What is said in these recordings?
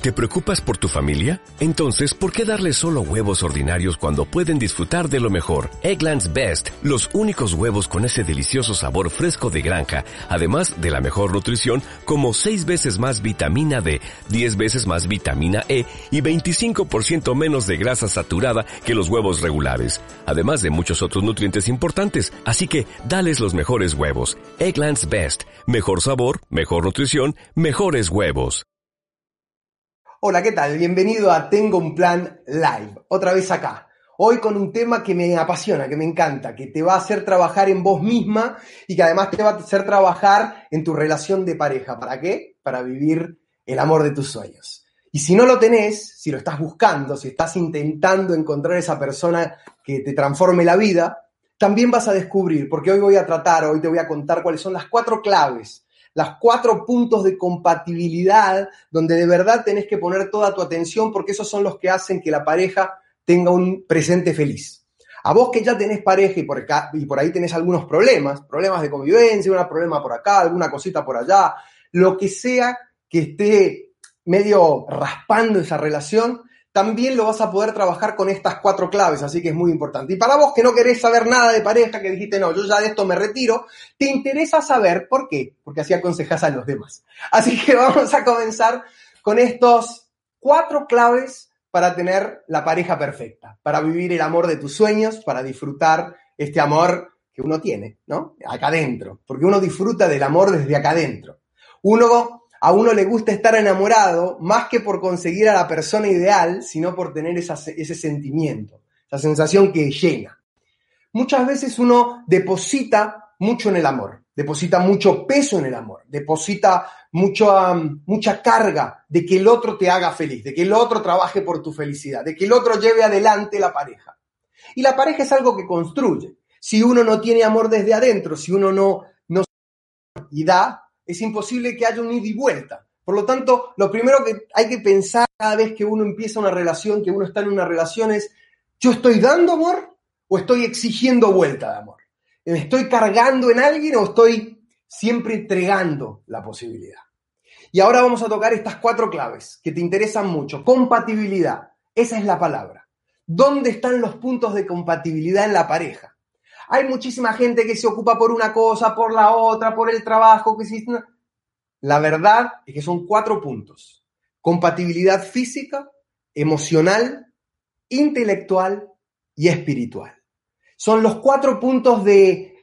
¿Te preocupas por tu familia? Entonces, ¿por qué darles solo huevos ordinarios cuando pueden disfrutar de lo mejor? Eggland's Best, los únicos huevos con ese delicioso sabor fresco de granja, además de la mejor nutrición, como 6 veces más vitamina D, 10 veces más vitamina E y 25% menos de grasa saturada que los huevos regulares, además de muchos otros nutrientes importantes. Así que, dales los mejores huevos. Eggland's Best, mejor sabor, mejor nutrición, mejores huevos. Hola, ¿qué tal? Bienvenido a Tengo un Plan Live, otra vez acá. Hoy con un tema que me apasiona, que me encanta, que te va a hacer trabajar en vos misma y que además te va a hacer trabajar en tu relación de pareja. ¿Para qué? Para vivir el amor de tus sueños. Y si no lo tenés, si lo estás buscando, si estás intentando encontrar esa persona que te transforme la vida, también vas a descubrir, porque hoy te voy a contar cuáles son las 4 claves, las 4 puntos de compatibilidad donde de verdad tenés que poner toda tu atención porque esos son los que hacen que la pareja tenga un presente feliz. A vos que ya tenés pareja y por ahí tenés algunos problemas de convivencia, un problema por acá, alguna cosita por allá, lo que sea que esté medio raspando esa relación, también lo vas a poder trabajar con estas 4 claves, así que es muy importante. Y para vos que no querés saber nada de pareja, que dijiste, no, yo ya de esto me retiro, te interesa saber por qué, porque así aconsejás a los demás. Así que vamos a comenzar con estos 4 claves para tener la pareja perfecta, para vivir el amor de tus sueños, para disfrutar este amor que uno tiene, ¿no? Acá adentro, porque uno disfruta del amor desde acá adentro. A uno le gusta estar enamorado más que por conseguir a la persona ideal, sino por tener ese sentimiento, esa sensación que llena. Muchas veces uno deposita mucho en el amor, deposita mucho peso en el amor, deposita mucha carga de que el otro te haga feliz, de que el otro trabaje por tu felicidad, de que el otro lleve adelante la pareja. Y la pareja es algo que construye. Si uno no tiene amor desde adentro, si uno no y da, es imposible que haya un ida y vuelta. Por lo tanto, lo primero que hay que pensar cada vez que uno empieza una relación, que uno está en una relación es, ¿yo estoy dando amor o estoy exigiendo vuelta de amor? ¿Me estoy cargando en alguien o estoy siempre entregando la posibilidad? Y ahora vamos a tocar estas 4 claves que te interesan mucho. Compatibilidad, esa es la palabra. ¿Dónde están los puntos de compatibilidad en la pareja? Hay muchísima gente que se ocupa por una cosa, por la otra, por el trabajo. La verdad es que son 4 puntos. Compatibilidad física, emocional, intelectual y espiritual. Son los 4 puntos de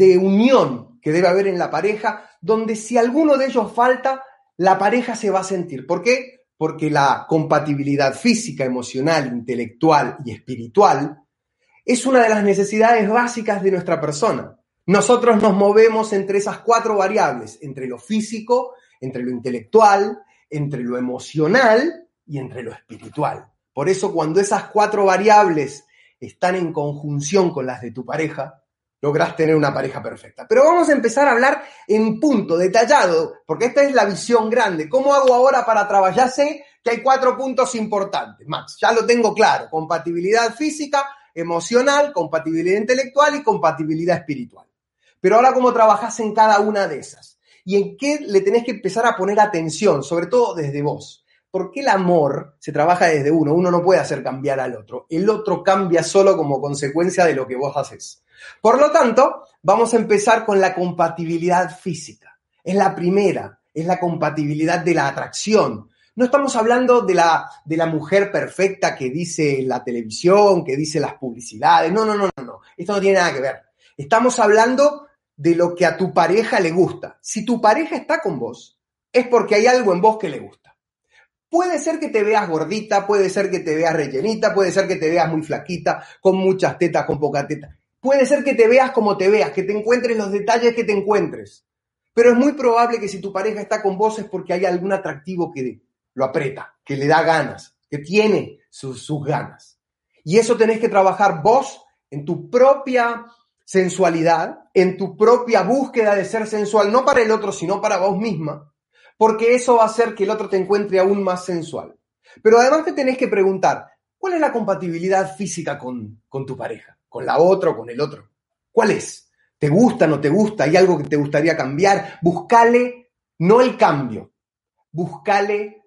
unión que debe haber en la pareja, donde si alguno de ellos falta, la pareja se va a sentir. ¿Por qué? Porque la compatibilidad física, emocional, intelectual y espiritual es una de las necesidades básicas de nuestra persona. Nosotros nos movemos entre esas 4 variables, entre lo físico, entre lo intelectual, entre lo emocional y entre lo espiritual. Por eso, cuando esas 4 variables están en conjunción con las de tu pareja, lográs tener una pareja perfecta. Pero vamos a empezar a hablar en punto, detallado, porque esta es la visión grande. ¿Cómo hago ahora para trabajar? Ya sé que hay 4 puntos importantes, Max, ya lo tengo claro. Compatibilidad física, emocional, compatibilidad intelectual y compatibilidad espiritual. Pero ahora, ¿cómo trabajás en cada una de esas? ¿Y en qué le tenés que empezar a poner atención? Sobre todo desde vos. Porque el amor se trabaja desde uno. Uno no puede hacer cambiar al otro. El otro cambia solo como consecuencia de lo que vos haces. Por lo tanto, vamos a empezar con la compatibilidad física. Es la primera, es la compatibilidad de la atracción. No estamos hablando de la mujer perfecta que dice la televisión, que dice las publicidades. No. Esto no tiene nada que ver. Estamos hablando de lo que a tu pareja le gusta. Si tu pareja está con vos, es porque hay algo en vos que le gusta. Puede ser que te veas gordita, puede ser que te veas rellenita, puede ser que te veas muy flaquita, con muchas tetas, con poca teta. Puede ser que te veas como te veas, que te encuentres los detalles que te encuentres. Pero es muy probable que si tu pareja está con vos es porque hay algún atractivo que lo aprieta, que le da ganas, que tiene sus ganas. Y eso tenés que trabajar vos en tu propia sensualidad, en tu propia búsqueda de ser sensual, no para el otro, sino para vos misma, porque eso va a hacer que el otro te encuentre aún más sensual. Pero además te tenés que preguntar, ¿cuál es la compatibilidad física con tu pareja? ¿Con la otra o con el otro? ¿Cuál es? ¿Te gusta, no te gusta? ¿Hay algo que te gustaría cambiar? Buscale no el cambio, buscale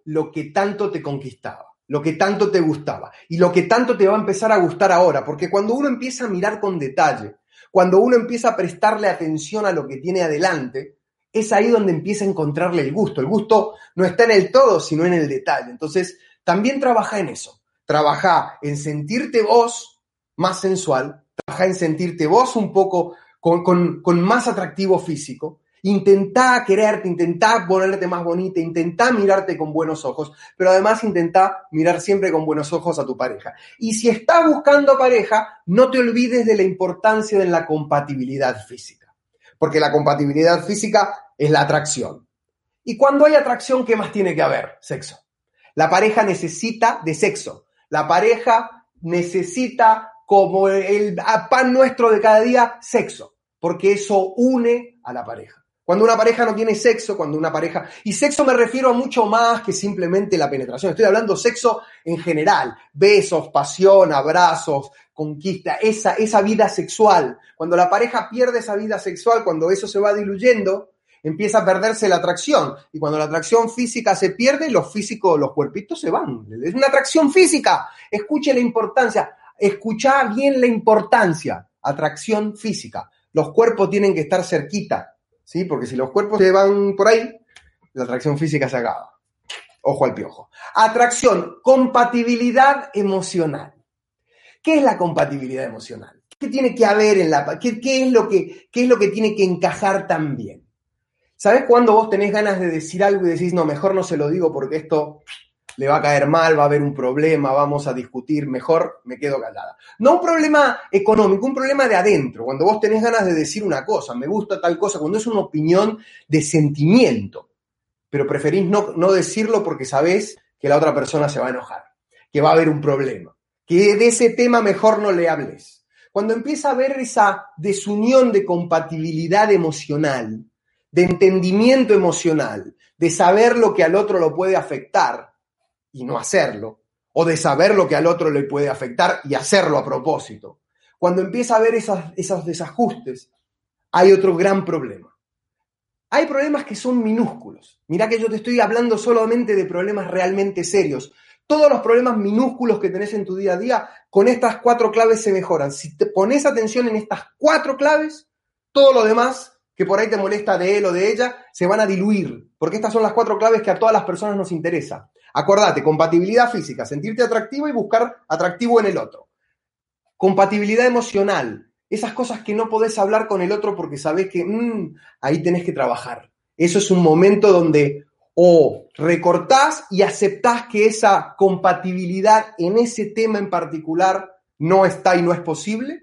lo que tanto te conquistaba, lo que tanto te gustaba y lo que tanto te va a empezar a gustar ahora, porque cuando uno empieza a mirar con detalle, cuando uno empieza a prestarle atención a lo que tiene adelante, es ahí donde empieza a encontrarle el gusto. El gusto no está en el todo, sino en el detalle. Entonces, también trabaja en eso. Trabaja en sentirte vos más sensual, trabaja en sentirte vos un poco con más atractivo físico. Intentá quererte, intentá ponerte más bonita, intentá mirarte con buenos ojos, pero además intentá mirar siempre con buenos ojos a tu pareja. Y si estás buscando pareja, no te olvides de la importancia de la compatibilidad física, porque la compatibilidad física es la atracción. Y cuando hay atracción, ¿qué más tiene que haber? Sexo. La pareja necesita de sexo. La pareja necesita, como el pan nuestro de cada día, sexo, porque eso une a la pareja. Cuando una pareja no tiene sexo, cuando una pareja... Y sexo me refiero a mucho más que simplemente la penetración. Estoy hablando sexo en general. Besos, pasión, abrazos, conquista, esa vida sexual. Cuando la pareja pierde esa vida sexual, cuando eso se va diluyendo, empieza a perderse la atracción. Y cuando la atracción física se pierde, los cuerpitos se van. Es una atracción física. Escuche la importancia. Escuchá bien la importancia. Atracción física. Los cuerpos tienen que estar cerquita. ¿Sí? Porque si los cuerpos se van por ahí, la atracción física se acaba. Ojo al piojo. Atracción, compatibilidad emocional. ¿Qué es la compatibilidad emocional? ¿Qué tiene que haber en qué es lo que tiene que encajar tan bien? ¿Sabés cuándo vos tenés ganas de decir algo y decís, no, mejor no se lo digo porque esto le va a caer mal, va a haber un problema, vamos a discutir, mejor me quedo callada? No un problema económico, un problema de adentro, cuando vos tenés ganas de decir una cosa, me gusta tal cosa, cuando es una opinión de sentimiento, pero preferís no decirlo porque sabés que la otra persona se va a enojar, que va a haber un problema, que de ese tema mejor no le hables. Cuando empieza a haber esa desunión de compatibilidad emocional, de entendimiento emocional, de saber lo que al otro lo puede afectar y no hacerlo, o de saber lo que al otro le puede afectar y hacerlo a propósito. Cuando empieza a haber esos desajustes, hay otro gran problema. Hay problemas que son minúsculos. Mirá que yo te estoy hablando solamente de problemas realmente serios. Todos los problemas minúsculos que tenés en tu día a día, con estas 4 claves se mejoran. Si te pones atención en estas 4 claves, todo lo demás que por ahí te molesta de él o de ella, se van a diluir, porque estas son las 4 claves que a todas las personas nos interesa. Acordate, compatibilidad física, sentirte atractivo y buscar atractivo en el otro. Compatibilidad emocional, esas cosas que no podés hablar con el otro porque sabés que ahí tenés que trabajar. Eso es un momento donde o recortás y aceptás que esa compatibilidad en ese tema en particular no está y no es posible,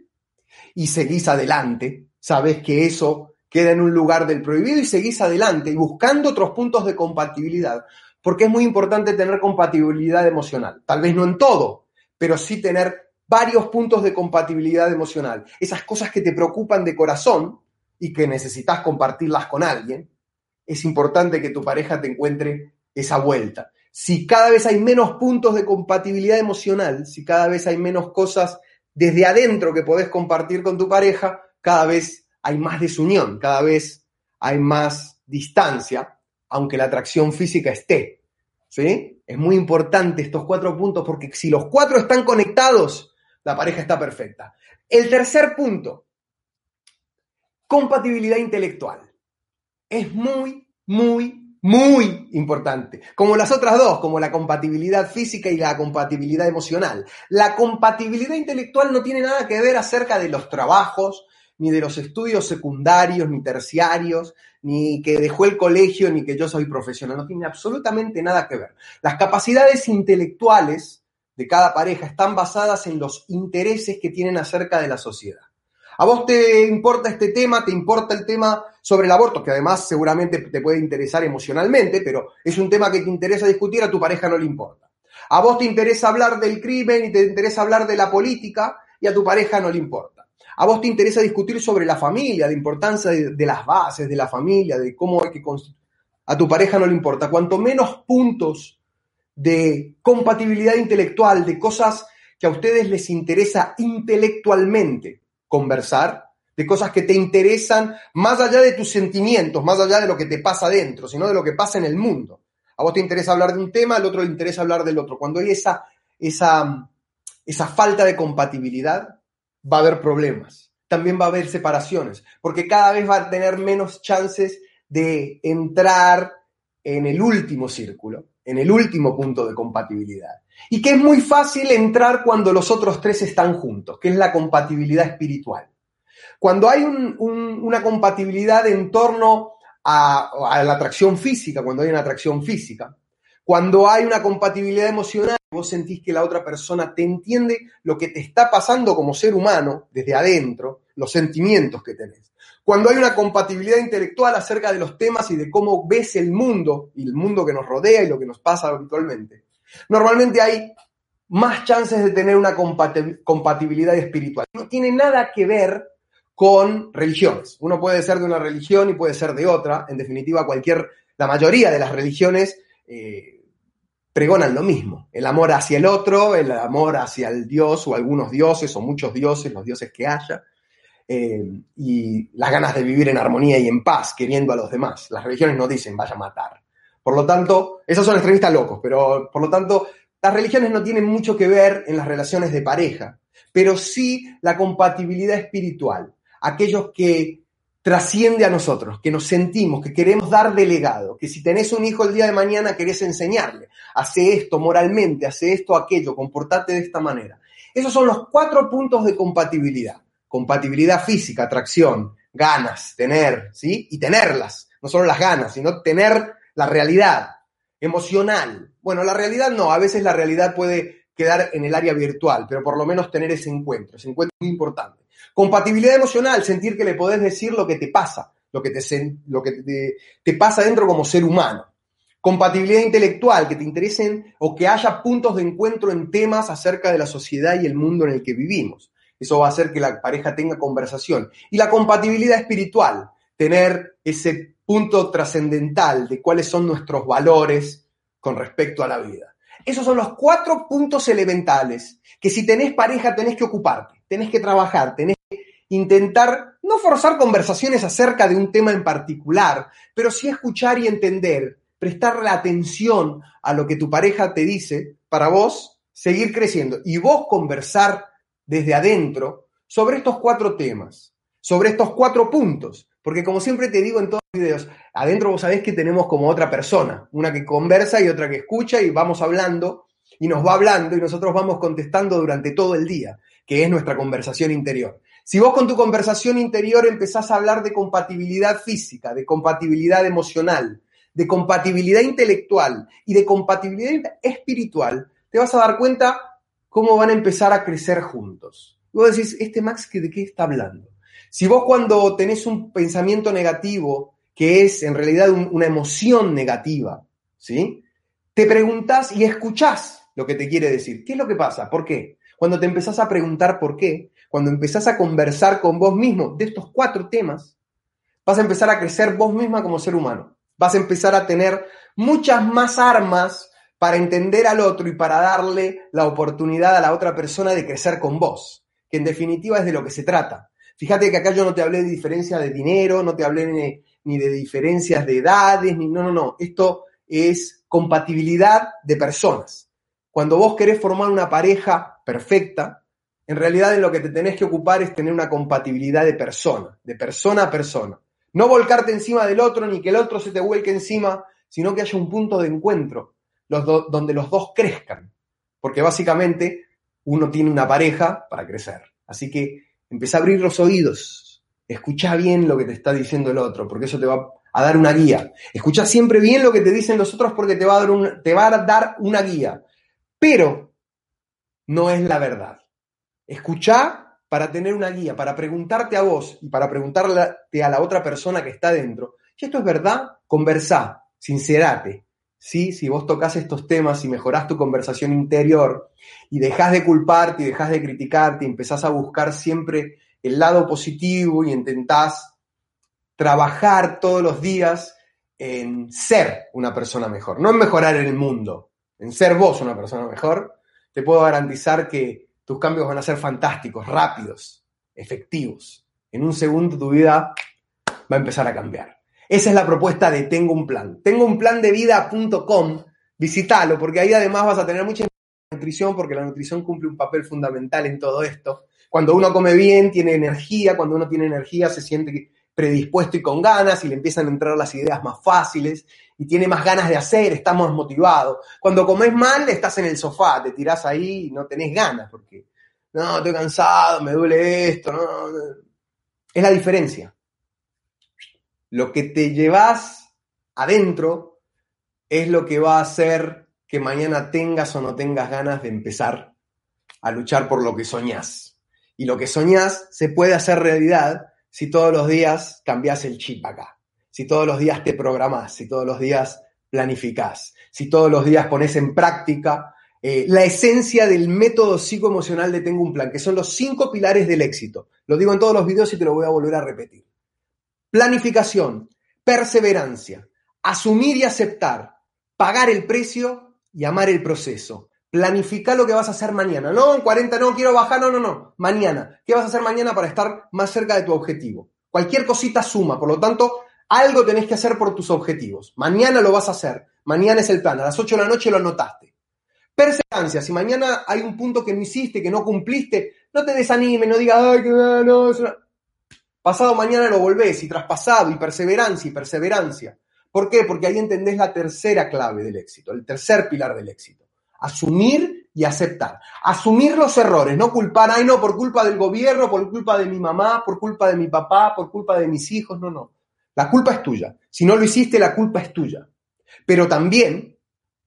y seguís adelante, sabés que eso queda en un lugar del prohibido y seguís adelante y buscando otros puntos de compatibilidad, porque es muy importante tener compatibilidad emocional. Tal vez no en todo, pero sí tener varios puntos de compatibilidad emocional. Esas cosas que te preocupan de corazón y que necesitas compartirlas con alguien, es importante que tu pareja te encuentre esa vuelta. Si cada vez hay menos puntos de compatibilidad emocional, si cada vez hay menos cosas desde adentro que podés compartir con tu pareja, cada vez hay más desunión, cada vez hay más distancia, aunque la atracción física esté, ¿sí? Es muy importante estos 4 puntos, porque si los 4 están conectados, la pareja está perfecta. El tercer punto, compatibilidad intelectual. Es muy, muy, muy importante. Como las otras 2, como la compatibilidad física y la compatibilidad emocional. La compatibilidad intelectual no tiene nada que ver acerca de los trabajos, ni de los estudios secundarios, ni terciarios, ni que dejó el colegio, ni que yo soy profesional. No tiene absolutamente nada que ver. Las capacidades intelectuales de cada pareja están basadas en los intereses que tienen acerca de la sociedad. ¿A vos te importa este tema? ¿Te importa el tema sobre el aborto? Que además seguramente te puede interesar emocionalmente, pero es un tema que te interesa discutir, a tu pareja no le importa. A vos te interesa hablar del crimen y te interesa hablar de la política y a tu pareja no le importa. A vos te interesa discutir sobre la familia, la importancia de las bases de la familia, de cómo hay que construir. A tu pareja no le importa. Cuanto menos puntos de compatibilidad intelectual, de cosas que a ustedes les interesa intelectualmente conversar, de cosas que te interesan más allá de tus sentimientos, más allá de lo que te pasa adentro, sino de lo que pasa en el mundo. A vos te interesa hablar de un tema, al otro le interesa hablar del otro. Cuando hay esa falta de compatibilidad, va a haber problemas. También va a haber separaciones, porque cada vez va a tener menos chances de entrar en el último círculo, en el último punto de compatibilidad. Y que es muy fácil entrar cuando los otros tres están juntos, que es la compatibilidad espiritual. Cuando hay una compatibilidad en torno a la atracción física, cuando hay una atracción física, cuando hay una compatibilidad emocional, vos sentís que la otra persona te entiende lo que te está pasando como ser humano, desde adentro, los sentimientos que tenés. Cuando hay una compatibilidad intelectual acerca de los temas y de cómo ves el mundo, y el mundo que nos rodea y lo que nos pasa habitualmente, normalmente hay más chances de tener una compatibilidad espiritual. No tiene nada que ver con religiones. Uno puede ser de una religión y puede ser de otra. En definitiva, la mayoría de las religiones pregonan lo mismo. El amor hacia el otro, el amor hacia el Dios o algunos dioses o muchos dioses, los dioses que haya, y las ganas de vivir en armonía y en paz, queriendo a los demás. Las religiones no dicen vaya a matar. Por lo tanto, esos son extremistas locos, pero por lo tanto, las religiones no tienen mucho que ver en las relaciones de pareja, pero sí la compatibilidad espiritual. Aquellos que trasciende a nosotros, que nos sentimos, que queremos dar de legado, que si tenés un hijo el día de mañana querés enseñarle, hace esto moralmente, hace esto, aquello, comportate de esta manera. Esos son los 4 puntos de compatibilidad. Compatibilidad física, atracción, ganas, tener, ¿sí? Y tenerlas, no solo las ganas, sino tener la realidad emocional. Bueno, la realidad no, a veces la realidad puede quedar en el área virtual, pero por lo menos tener ese encuentro es muy importante. Compatibilidad emocional, sentir que le podés decir lo que te pasa, lo que te pasa dentro como ser humano. Compatibilidad intelectual, que te interesen o que haya puntos de encuentro en temas acerca de la sociedad y el mundo en el que vivimos. Eso va a hacer que la pareja tenga conversación. Y la compatibilidad espiritual, tener ese punto trascendental de cuáles son nuestros valores con respecto a la vida. Esos son los 4 puntos elementales que si tenés pareja tenés que ocuparte, tenés que trabajar, tenés que intentar no forzar conversaciones acerca de un tema en particular, pero sí escuchar y entender, prestarle atención a lo que tu pareja te dice para vos seguir creciendo y vos conversar desde adentro sobre estos 4 temas, sobre estos 4 puntos. Porque como siempre te digo en todos los videos, adentro vos sabés que tenemos como otra persona, una que conversa y otra que escucha y vamos hablando y nos va hablando y nosotros vamos contestando durante todo el día, que es nuestra conversación interior. Si vos con tu conversación interior empezás a hablar de compatibilidad física, de compatibilidad emocional, de compatibilidad intelectual y de compatibilidad espiritual, te vas a dar cuenta cómo van a empezar a crecer juntos. Y vos decís, Max, ¿de qué está hablando? Si vos cuando tenés un pensamiento negativo, que es en realidad una emoción negativa, ¿sí? Te preguntás y escuchás lo que te quiere decir. ¿Qué es lo que pasa? ¿Por qué? Cuando te empezás a preguntar por qué, cuando empezás a conversar con vos mismo de estos 4 temas, vas a empezar a crecer vos misma como ser humano. Vas a empezar a tener muchas más armas para entender al otro y para darle la oportunidad a la otra persona de crecer con vos, que en definitiva es de lo que se trata. Fíjate que acá yo no te hablé de diferencia de dinero, no te hablé ni de diferencias de edades, no. Esto es compatibilidad de personas. Cuando vos querés formar una pareja perfecta, en realidad en lo que te tenés que ocupar es tener una compatibilidad de persona a persona. No volcarte encima del otro, ni que el otro se te vuelque encima, sino que haya un punto de encuentro donde los dos crezcan. Porque básicamente uno tiene una pareja para crecer. Así que empezá a abrir los oídos, escuchá bien lo que te está diciendo el otro, porque eso te va a dar una guía. Escuchá siempre bien lo que te dicen los otros porque te va a dar una guía, pero no es la verdad. Escuchá para tener una guía, para preguntarte a vos y para preguntarte a la otra persona que está dentro. Si esto es verdad, conversá, sincerate. ¿Sí? Si vos tocas estos temas y mejorás tu conversación interior y dejás de culparte y dejás de criticarte y empezás a buscar siempre el lado positivo y intentás trabajar todos los días en ser una persona mejor, no en mejorar en el mundo, en ser vos una persona mejor, te puedo garantizar que tus cambios van a ser fantásticos, rápidos, efectivos. En un segundo tu vida va a empezar a cambiar. Esa es la propuesta de Tengo un Plan. Tengounplandevida.com, visítalo, porque ahí además vas a tener mucha nutrición, porque la nutrición cumple un papel fundamental en todo esto. Cuando uno come bien, tiene energía, cuando uno tiene energía se siente predispuesto y con ganas, y le empiezan a entrar las ideas más fáciles, y tiene más ganas de hacer, está más motivado. Cuando comes mal, estás en el sofá, te tirás ahí y no tenés ganas, porque no, estoy cansado, me duele esto, no. Es la diferencia. Lo que te llevas adentro es lo que va a hacer que mañana tengas o no tengas ganas de empezar a luchar por lo que soñás. Y lo que soñás se puede hacer realidad si todos los días cambiás el chip acá, si todos los días te programás, si todos los días planificás, si todos los días pones en práctica la esencia del método psicoemocional de Tengo un Plan, que son los 5 pilares del éxito. Lo digo en todos los videos y te lo voy a volver a repetir. Planificación, perseverancia, asumir y aceptar, pagar el precio y amar el proceso. Planificar lo que vas a hacer mañana. No, en 40 no, quiero bajar, no. Mañana. ¿Qué vas a hacer mañana para estar más cerca de tu objetivo? Cualquier cosita suma, por lo tanto, algo tenés que hacer por tus objetivos. Mañana lo vas a hacer. Mañana es el plan. A las 8 de la noche lo anotaste. Perseverancia. Si mañana hay un punto que no hiciste, que no cumpliste, no te desanimes, no digas, ay, que no, es una... Pasado mañana lo volvés, y traspasado, y perseverancia. ¿Por qué? Porque ahí entendés la tercera clave del éxito, el tercer pilar del éxito. Asumir y aceptar. Asumir los errores, no culpar, ay no, por culpa del gobierno, por culpa de mi mamá, por culpa de mi papá, por culpa de mis hijos, no. La culpa es tuya. Si no lo hiciste, la culpa es tuya. Pero también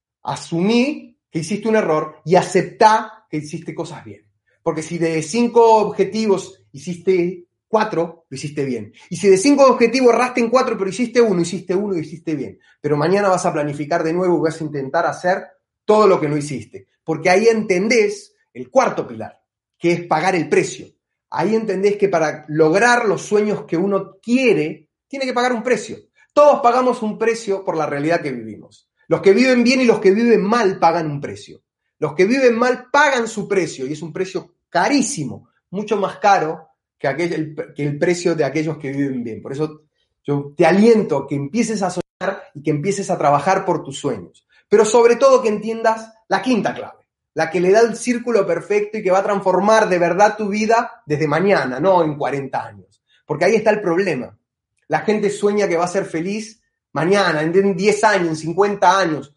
asumí que hiciste un error y aceptá que hiciste cosas bien. Porque si de 5 objetivos hiciste 4, lo hiciste bien. Y si de 5 objetivos erraste en 4, pero hiciste uno y hiciste bien. Pero mañana vas a planificar de nuevo y vas a intentar hacer todo lo que no hiciste. Porque ahí entendés el cuarto pilar, que es pagar el precio. Ahí entendés que para lograr los sueños que uno quiere, tiene que pagar un precio. Todos pagamos un precio por la realidad que vivimos. Los que viven bien y los que viven mal pagan un precio. Los que viven mal pagan su precio, y es un precio carísimo, mucho más caro que el precio de aquellos que viven bien. Por eso yo te aliento a que empieces a soñar y que empieces a trabajar por tus sueños. Pero sobre todo que entiendas la quinta clave, la que le da el círculo perfecto y que va a transformar de verdad tu vida desde mañana, no en 40 años. Porque ahí está el problema. La gente sueña que va a ser feliz mañana, en 10 años, en 50 años.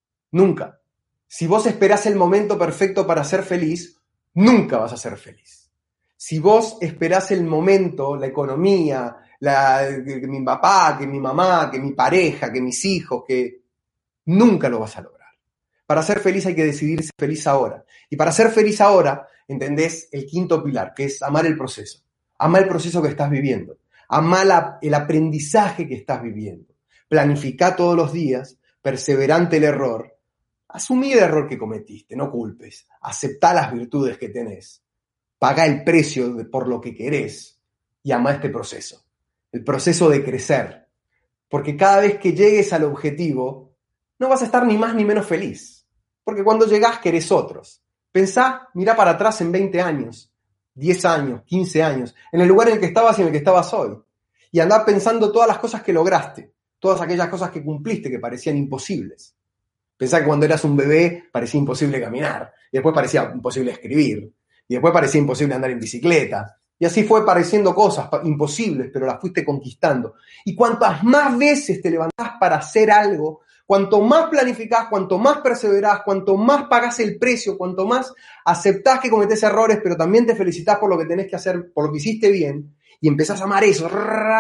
Nunca. Si vos esperás el momento perfecto para ser feliz, nunca vas a ser feliz. Si vos esperás el momento, la economía, que mi papá, que mi mamá, que mi pareja, que mis hijos, que nunca lo vas a lograr. Para ser feliz hay que decidir ser feliz ahora. Y para ser feliz ahora, entendés el quinto pilar, que es amar el proceso. Amar el proceso que estás viviendo. Amar el aprendizaje que estás viviendo. Planificá todos los días, perseverante el error. Asumí el error que cometiste, no culpes. Aceptá las virtudes que tenés. Pagá el precio por lo que querés y amá este proceso. El proceso de crecer. Porque cada vez que llegues al objetivo, no vas a estar ni más ni menos feliz. Porque cuando llegás querés otros. Pensá, mirá para atrás en 20 años, 10 años, 15 años, en el lugar en el que estabas y en el que estabas hoy. Y andá pensando todas las cosas que lograste, todas aquellas cosas que cumpliste que parecían imposibles. Pensá que cuando eras un bebé parecía imposible caminar, y después parecía imposible escribir, y después parecía imposible andar en bicicleta. Y así fue pareciendo cosas imposibles, pero las fuiste conquistando. Y cuantas más veces te levantás para hacer algo, cuanto más planificás, cuanto más perseverás, cuanto más pagás el precio, cuanto más aceptás que cometés errores, pero también te felicitás por lo que tenés que hacer, por lo que hiciste bien, y empezás a amar eso,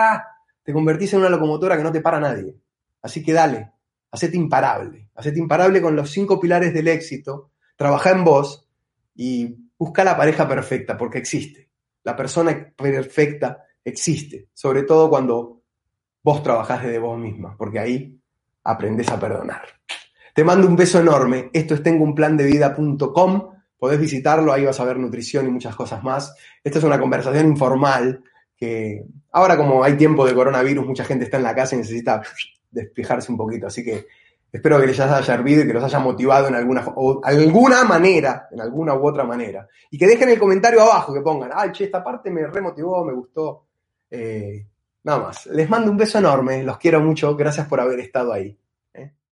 te convertís en una locomotora que no te para nadie. Así que dale, hacete imparable con los 5 pilares del éxito, trabajá en vos y busca la pareja perfecta, porque existe. La persona perfecta existe, sobre todo cuando vos trabajás desde vos misma, porque ahí aprendés a perdonar. Te mando un beso enorme. Esto es tengounplandevida.com. Podés visitarlo, ahí vas a ver nutrición y muchas cosas más. Esta es una conversación informal que ahora, como hay tiempo de coronavirus, mucha gente está en la casa y necesita despejarse un poquito. Así que espero que les haya servido y que los haya motivado en alguna u otra manera. Y que dejen el comentario abajo, que pongan, ay, che, esta parte me remotivó, me gustó. nada más. Les mando un beso enorme, los quiero mucho, gracias por haber estado ahí.